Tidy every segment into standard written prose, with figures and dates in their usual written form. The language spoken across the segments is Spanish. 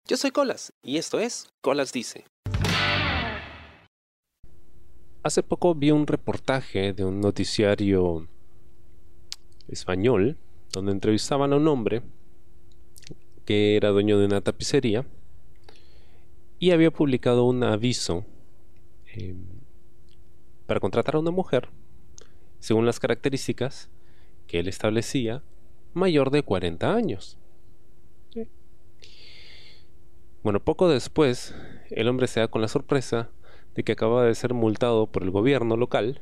Yo soy Colas y esto es Colas Dice. Hace poco vi un reportaje de un noticiario español donde entrevistaban a un hombre que era dueño de una tapicería y había publicado un aviso para contratar a una mujer según las características que él establecía, mayor de 40 años. ¿Sí? Bueno, poco después, el hombre se da con la sorpresa de que acaba de ser multado por el gobierno local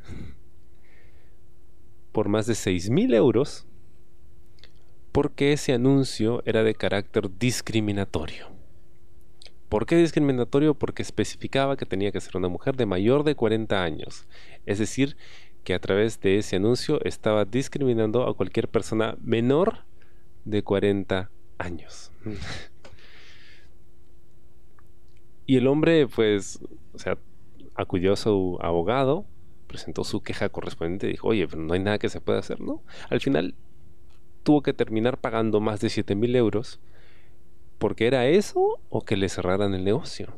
por más de 6.000 euros porque ese anuncio era de carácter discriminatorio. ¿Por qué discriminatorio? Porque especificaba que tenía que ser una mujer de mayor de 40 años. Es decir, que a través de ese anuncio estaba discriminando a cualquier persona menor de 40 años. Y el hombre, pues, acudió a su abogado, presentó su queja correspondiente y dijo, oye, pero no hay nada que se pueda hacer, ¿no? Al final tuvo que terminar pagando más de 7.000 euros porque era eso o que le cerraran el negocio.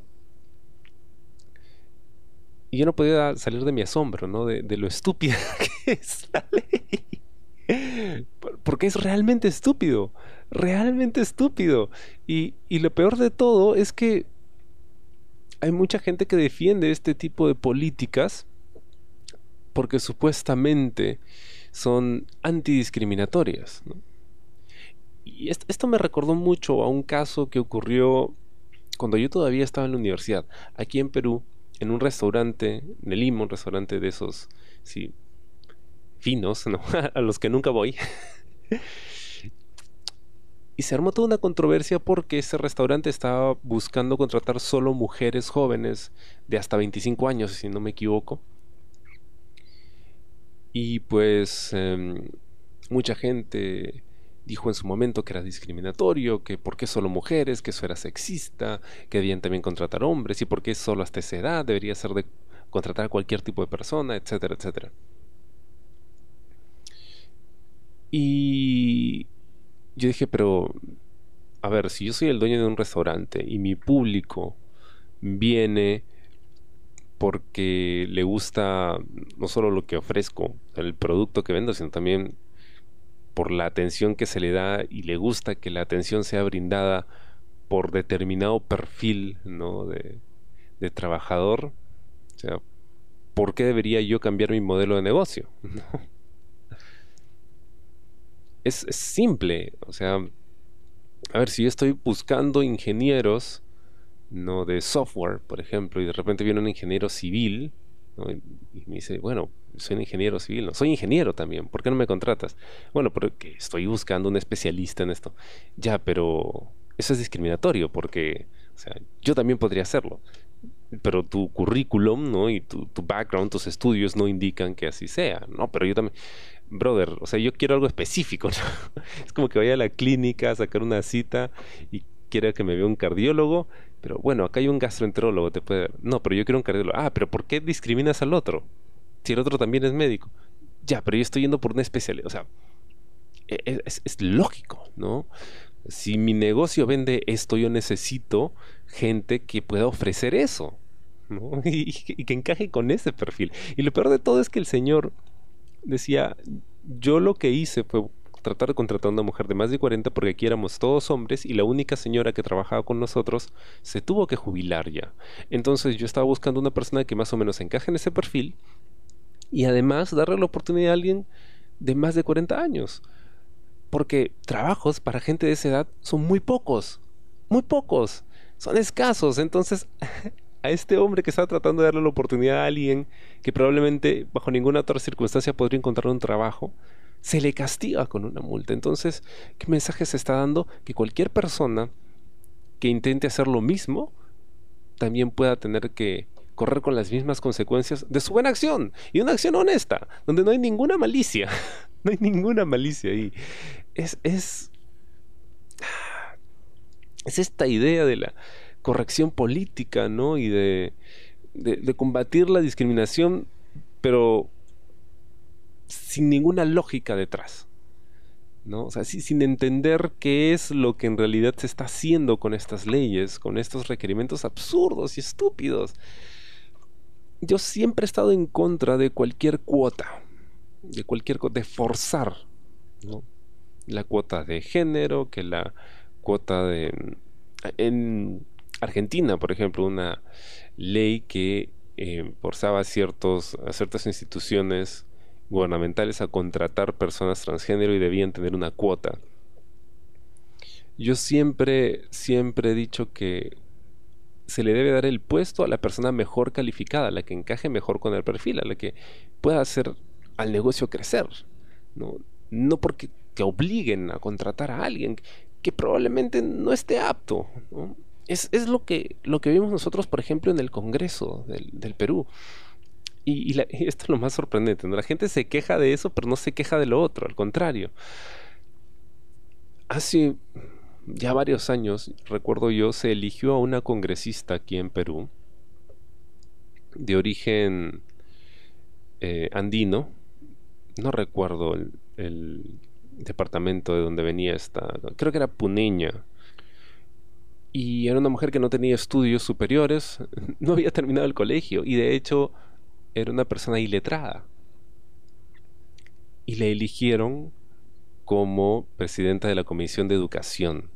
Y yo no podía salir de mi asombro, ¿no? De lo estúpida que es la ley. Porque es realmente estúpido. Realmente estúpido. Y lo peor de todo es que hay mucha gente que defiende este tipo de políticas porque supuestamente son antidiscriminatorias, ¿no? Y esto me recordó mucho a un caso que ocurrió cuando yo todavía estaba en la universidad, aquí en Perú, en un restaurante de Lima, un restaurante de esos, sí, finos, ¿no? A los que nunca voy. Y se armó toda una controversia porque ese restaurante estaba buscando contratar solo mujeres jóvenes de hasta 25 años, si no me equivoco. Y pues mucha gente dijo en su momento que era discriminatorio, que por qué solo mujeres, que eso era sexista, que debían también contratar hombres y por qué solo hasta esa edad debería ser de contratar a cualquier tipo de persona, etcétera, etcétera. Y yo dije, pero a ver, si yo soy el dueño de un restaurante y mi público viene porque le gusta no solo lo que ofrezco, el producto que vendo, sino también por la atención que se le da y le gusta que la atención sea brindada por determinado perfil, ¿no? de trabajador. O sea, ¿por qué debería yo cambiar mi modelo de negocio? ¿No? Es simple. O sea, a ver, si yo estoy buscando ingenieros, ¿no? de software, por ejemplo, y de repente viene un ingeniero civil, ¿no? y me dice, bueno, soy un ingeniero civil, no, soy ingeniero también, ¿por qué no me contratas? Bueno, porque estoy buscando un especialista en esto. Ya, pero eso es discriminatorio porque, o sea, yo también podría hacerlo, pero tu currículum, ¿no? y tu background, tus estudios no indican que así sea, ¿no? Pero yo también, brother, o sea, yo quiero algo específico, ¿no? Es como que vaya a la clínica a sacar una cita y quiera que me vea un cardiólogo, pero bueno, acá hay un gastroenterólogo, te puede... No, pero yo quiero un cardiólogo. Ah, pero ¿por qué discriminas al otro? Si el otro también es médico. Ya, pero yo estoy yendo por una especialidad. O sea, es lógico, ¿no? Si mi negocio vende esto, yo necesito gente que pueda ofrecer eso, ¿no? Y que encaje con ese perfil. Y lo peor de todo es que el señor decía, yo lo que hice fue tratar de contratar a una mujer de más de 40 porque aquí éramos todos hombres y la única señora que trabajaba con nosotros se tuvo que jubilar ya. Entonces yo estaba buscando una persona que más o menos encaje en ese perfil y además darle la oportunidad a alguien de más de 40 años. Porque trabajos para gente de esa edad son muy pocos, son escasos. Entonces a este hombre que estaba tratando de darle la oportunidad a alguien que probablemente bajo ninguna otra circunstancia podría encontrar un trabajo, se le castiga con una multa. Entonces, ¿qué mensaje se está dando? Que cualquier persona que intente hacer lo mismo también pueda tener que correr con las mismas consecuencias de su buena acción y una acción honesta, donde no hay ninguna malicia. No hay ninguna malicia ahí. Es esta idea de la corrección política, ¿no? Y de combatir la discriminación, pero sin ninguna lógica detrás, ¿no? O sea, sin entender qué es lo que en realidad se está haciendo con estas leyes, con estos requerimientos absurdos y estúpidos. Yo siempre he estado en contra de cualquier cuota, de forzar, ¿no? La cuota de género, que la cuota de... En Argentina, por ejemplo, una ley que forzaba a ciertas instituciones gubernamentales a contratar personas transgénero y debían tener una cuota. Yo siempre he dicho que se le debe dar el puesto a la persona mejor calificada, a la que encaje mejor con el perfil, a la que pueda hacer al negocio crecer, ¿no? No porque te obliguen a contratar a alguien que probablemente no esté apto, ¿no? Es lo que vimos nosotros, por ejemplo, en el Congreso del Perú. Y esto es lo más sorprendente, ¿no? La gente se queja de eso, pero no se queja de lo otro, al contrario. Hace ya varios años, recuerdo yo, se eligió a una congresista aquí en Perú, de origen andino. No recuerdo el departamento de donde venía esta, creo que era puneña. Y era una mujer que no tenía estudios superiores, no había terminado el colegio y de hecho era una persona iletrada. Y le eligieron como presidenta de la Comisión de Educación.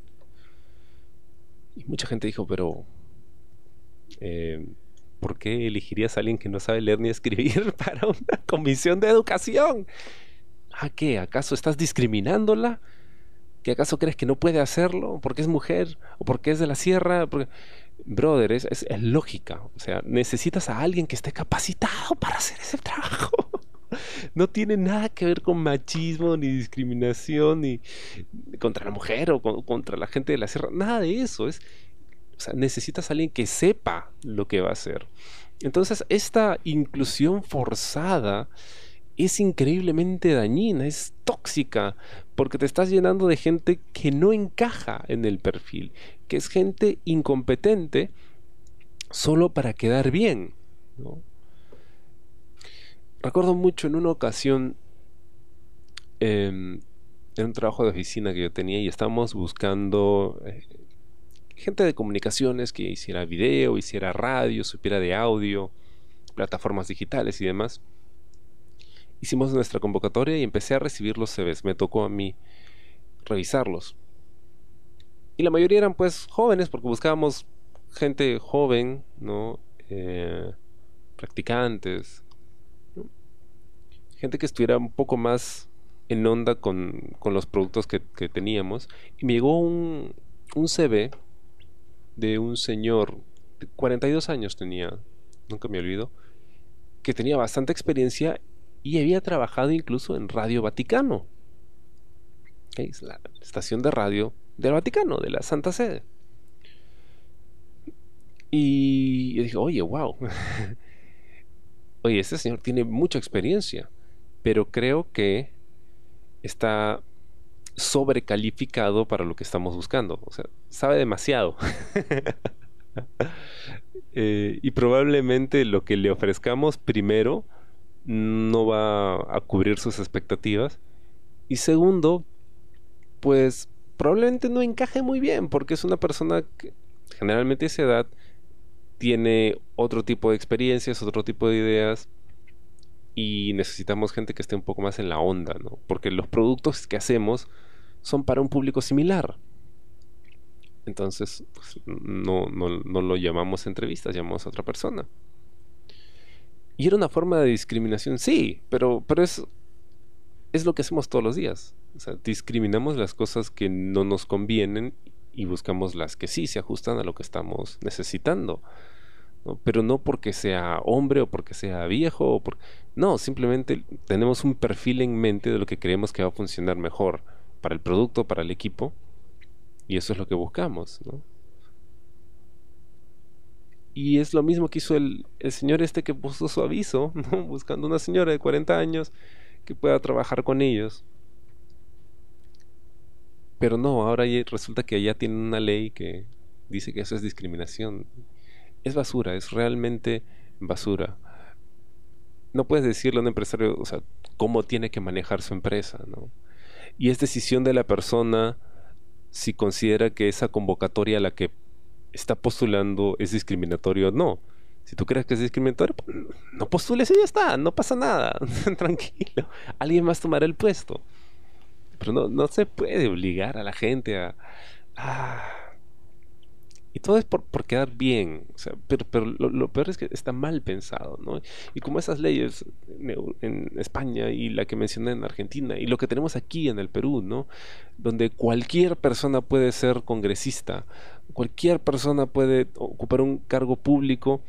Y mucha gente dijo, pero eh, ¿por qué elegirías a alguien que no sabe leer ni escribir para una comisión de educación? ¿A qué? ¿Acaso estás discriminándola? ¿Que acaso crees que no puede hacerlo porque es mujer o porque es de la sierra? Brother, es lógica. O sea, necesitas a alguien que esté capacitado para hacer ese trabajo. No tiene nada que ver con machismo, ni discriminación, ni contra la mujer o contra la gente de la sierra. Nada de eso. O sea, necesitas a alguien que sepa lo que va a hacer. Entonces, esta inclusión forzada es increíblemente dañina, es tóxica, porque te estás llenando de gente que no encaja en el perfil, que es gente incompetente solo para quedar bien, ¿no? Recuerdo mucho en una ocasión, en un trabajo de oficina que yo tenía y estábamos buscando gente de comunicaciones que hiciera video, hiciera radio, supiera de audio, plataformas digitales y demás. Hicimos nuestra convocatoria y empecé a recibir los CVs. Me tocó a mí revisarlos. Y la mayoría eran pues jóvenes porque buscábamos gente joven, ¿no? Practicantes, ¿no? Gente que estuviera un poco más en onda con los productos que teníamos. Y me llegó un CV de un señor, de 42 años tenía, nunca me olvido, que tenía bastante experiencia y había trabajado incluso en Radio Vaticano, que es la estación de radio del Vaticano, de la Santa Sede. Y yo dije, oye, wow, oye, este señor tiene mucha experiencia, pero creo que está sobrecalificado para lo que estamos buscando. O sea, sabe demasiado. Y probablemente lo que le ofrezcamos primero no va a cubrir sus expectativas. Y segundo, pues probablemente no encaje muy bien, porque es una persona que generalmente a esa edad tiene otro tipo de experiencias, otro tipo de ideas, y necesitamos gente que esté un poco más en la onda, ¿no? Porque los productos que hacemos son para un público similar. Entonces, pues, no lo llamamos entrevistas, llamamos a otra persona. Y era una forma de discriminación, sí, pero es lo que hacemos todos los días. O sea, discriminamos las cosas que no nos convienen y buscamos las que sí se ajustan a lo que estamos necesitando, ¿no? Pero no porque sea hombre o porque sea viejo no, simplemente tenemos un perfil en mente de lo que creemos que va a funcionar mejor para el producto, para el equipo, y eso es lo que buscamos, ¿no? Y es lo mismo que hizo el señor este que puso su aviso, ¿no? Buscando una señora de 40 años que pueda trabajar con ellos. Pero no, ahora resulta que ya tienen una ley que dice que eso es discriminación. Es basura, es realmente basura. No puedes decirle a un empresario, o sea, cómo tiene que manejar su empresa, ¿no? y es decisión de la persona si considera que esa convocatoria a la que está postulando es discriminatoria o no. Si tú crees que es discriminatorio, pues, no postules y ya está, no pasa nada, tranquilo, alguien más tomará el puesto. Pero no se puede obligar a la gente a- y todo es por quedar bien. O sea, pero lo peor es que está mal pensado, ¿no? Y como esas leyes en España y la que mencioné en Argentina y lo que tenemos aquí en el Perú, ¿no? Donde cualquier persona puede ser congresista, cualquier persona puede ocupar un cargo público,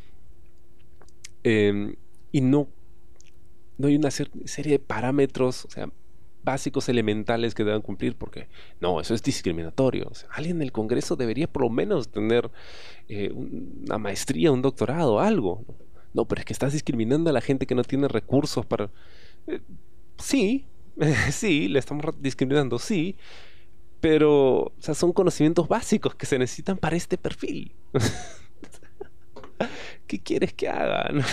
y no hay una serie de parámetros, o sea, básicos, elementales que deban cumplir, porque no, eso es discriminatorio. O sea, alguien en el Congreso debería por lo menos tener una maestría, un doctorado, algo. No, pero es que estás discriminando a la gente que no tiene recursos para... Eh, sí, sí, le estamos discriminando, sí, pero o sea, son conocimientos básicos que se necesitan para este perfil. ¿Qué quieres que hagan?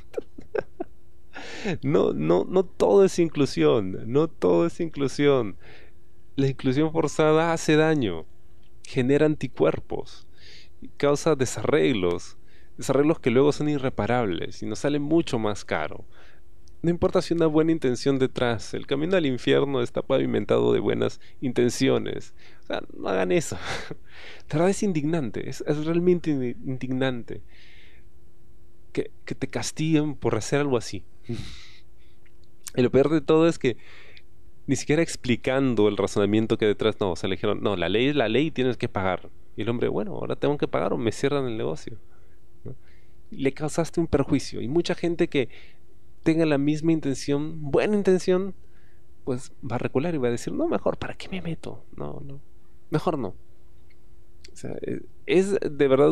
No todo es inclusión, no todo es inclusión. La inclusión forzada hace daño, genera anticuerpos, causa desarreglos que luego son irreparables y nos sale mucho más caro. No importa si una buena intención detrás, el camino al infierno está pavimentado de buenas intenciones. O sea, no hagan eso. La verdad es indignante, es realmente indignante que te castiguen por hacer algo así. Y lo peor de todo es que ni siquiera explicando el razonamiento que hay detrás, no, o sea, le dijeron, no, la ley es la ley y tienes que pagar. Y el hombre, bueno, ahora tengo que pagar o me cierran el negocio, ¿no? Le causaste un perjuicio. Y mucha gente que tenga la misma intención, buena intención, pues va a recular y va a decir, no, mejor, ¿para qué me meto? No, mejor no. O sea, es de verdad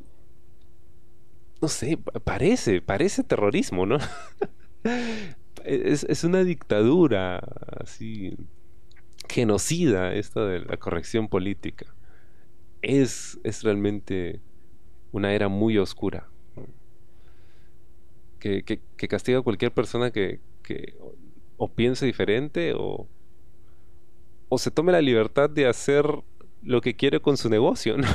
no sé, parece terrorismo, ¿no? Es una dictadura así genocida esta de la corrección política. Es realmente una era muy oscura, ¿no? Que castiga a cualquier persona que o piense diferente o se tome la libertad de hacer lo que quiere con su negocio, ¿no?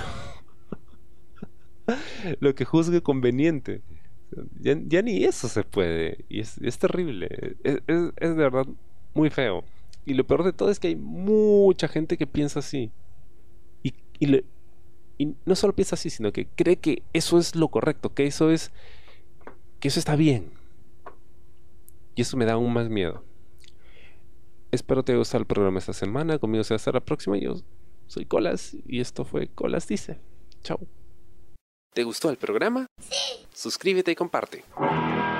Lo que juzgue conveniente. Ya ni eso se puede. Y es terrible. Es de verdad muy feo. Y lo peor de todo es que hay mucha gente que piensa así. Y, y, le- y no solo piensa así, sino que cree que eso es lo correcto, que eso está bien. Y eso me da aún más miedo. Espero te haya gustado el programa esta semana. Conmigo se va a estar la próxima. Yo soy Colas y esto fue Colas Dice. Chao. ¿Te gustó el programa? Sí. Suscríbete y comparte.